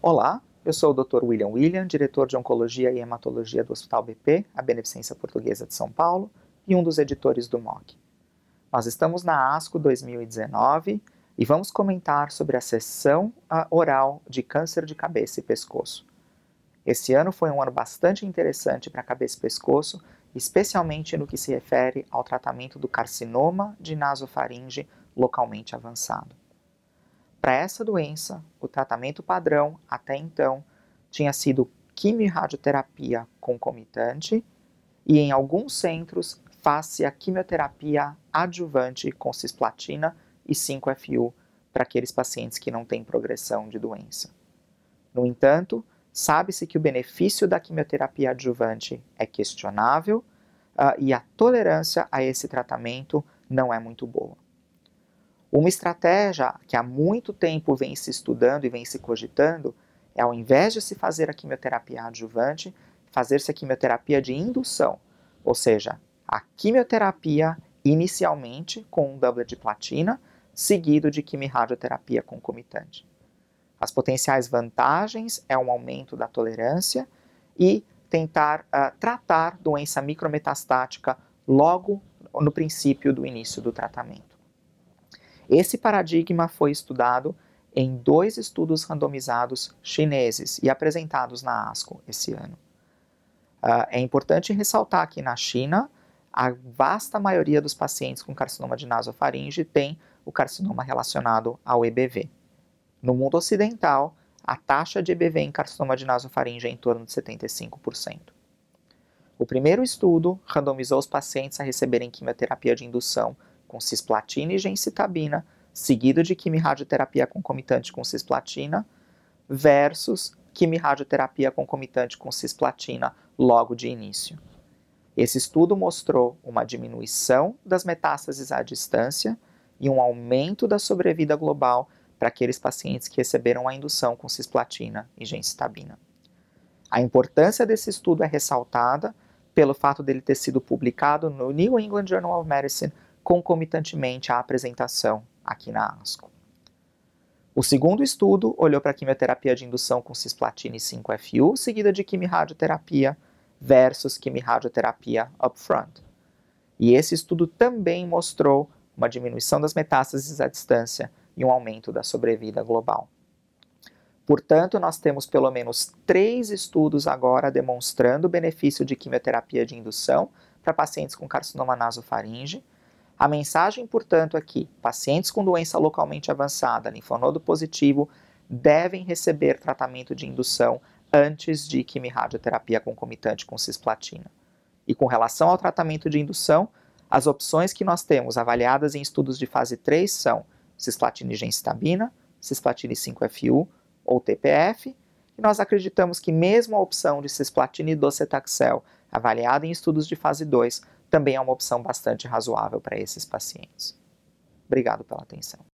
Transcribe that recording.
Olá, eu sou o Dr. William, diretor de Oncologia e Hematologia do Hospital BP, a Beneficência Portuguesa de São Paulo, e um dos editores do MOC. Nós estamos na ASCO 2019 e vamos comentar sobre a sessão oral de câncer de cabeça e pescoço. Esse ano foi um ano bastante interessante para a cabeça e pescoço, especialmente no que se refere ao tratamento do carcinoma de nasofaringe localmente avançado. Para essa doença, o tratamento padrão, até então, tinha sido quimio-radioterapia concomitante e, em alguns centros, faz-se a quimioterapia adjuvante com cisplatina e 5-FU para aqueles pacientes que não têm progressão de doença. No entanto, sabe-se que o benefício da quimioterapia adjuvante é questionável e a tolerância a esse tratamento não é muito boa. Uma estratégia que há muito tempo vem se estudando e vem se cogitando é, ao invés de se fazer a quimioterapia adjuvante, fazer-se a quimioterapia de indução, ou seja, a quimioterapia inicialmente com um doublet de platina, seguido de quimio-radioterapia concomitante. As potenciais vantagens é um aumento da tolerância e tentar tratar doença micrometastática logo no princípio do início do tratamento. Esse paradigma foi estudado em 2 estudos randomizados chineses e apresentados na ASCO esse ano. É importante ressaltar que na China, a vasta maioria dos pacientes com carcinoma de nasofaringe tem o carcinoma relacionado ao EBV. No mundo ocidental, a taxa de EBV em carcinoma de nasofaringe é em torno de 75%. O primeiro estudo randomizou os pacientes a receberem quimioterapia de indução com cisplatina e gemcitabina, seguido de quimio-radioterapia concomitante com cisplatina, versus quimio-radioterapia concomitante com cisplatina logo de início. Esse estudo mostrou uma diminuição das metástases à distância e um aumento da sobrevida global para aqueles pacientes que receberam a indução com cisplatina e gemcitabina. A importância desse estudo é ressaltada pelo fato dele ter sido publicado no New England Journal of Medicine concomitantemente à apresentação aqui na ASCO. O segundo estudo olhou para a quimioterapia de indução com cisplatina e 5-FU, seguida de quimio-radioterapia versus quimio-radioterapia upfront. E esse estudo também mostrou uma diminuição das metástases à distância e um aumento da sobrevida global. Portanto, nós temos pelo menos 3 estudos agora demonstrando o benefício de quimioterapia de indução para pacientes com carcinoma nasofaringe. A mensagem, portanto, é que pacientes com doença localmente avançada, linfonodo positivo, devem receber tratamento de indução antes de quimio-radioterapia concomitante com cisplatina. E com relação ao tratamento de indução, as opções que nós temos avaliadas em estudos de fase 3 são cisplatina e gemcitabina, cisplatina e 5-FU ou TPF, e nós acreditamos que mesmo a opção de cisplatina e docetaxel, avaliada em estudos de fase 2, também é uma opção bastante razoável para esses pacientes. Obrigado pela atenção.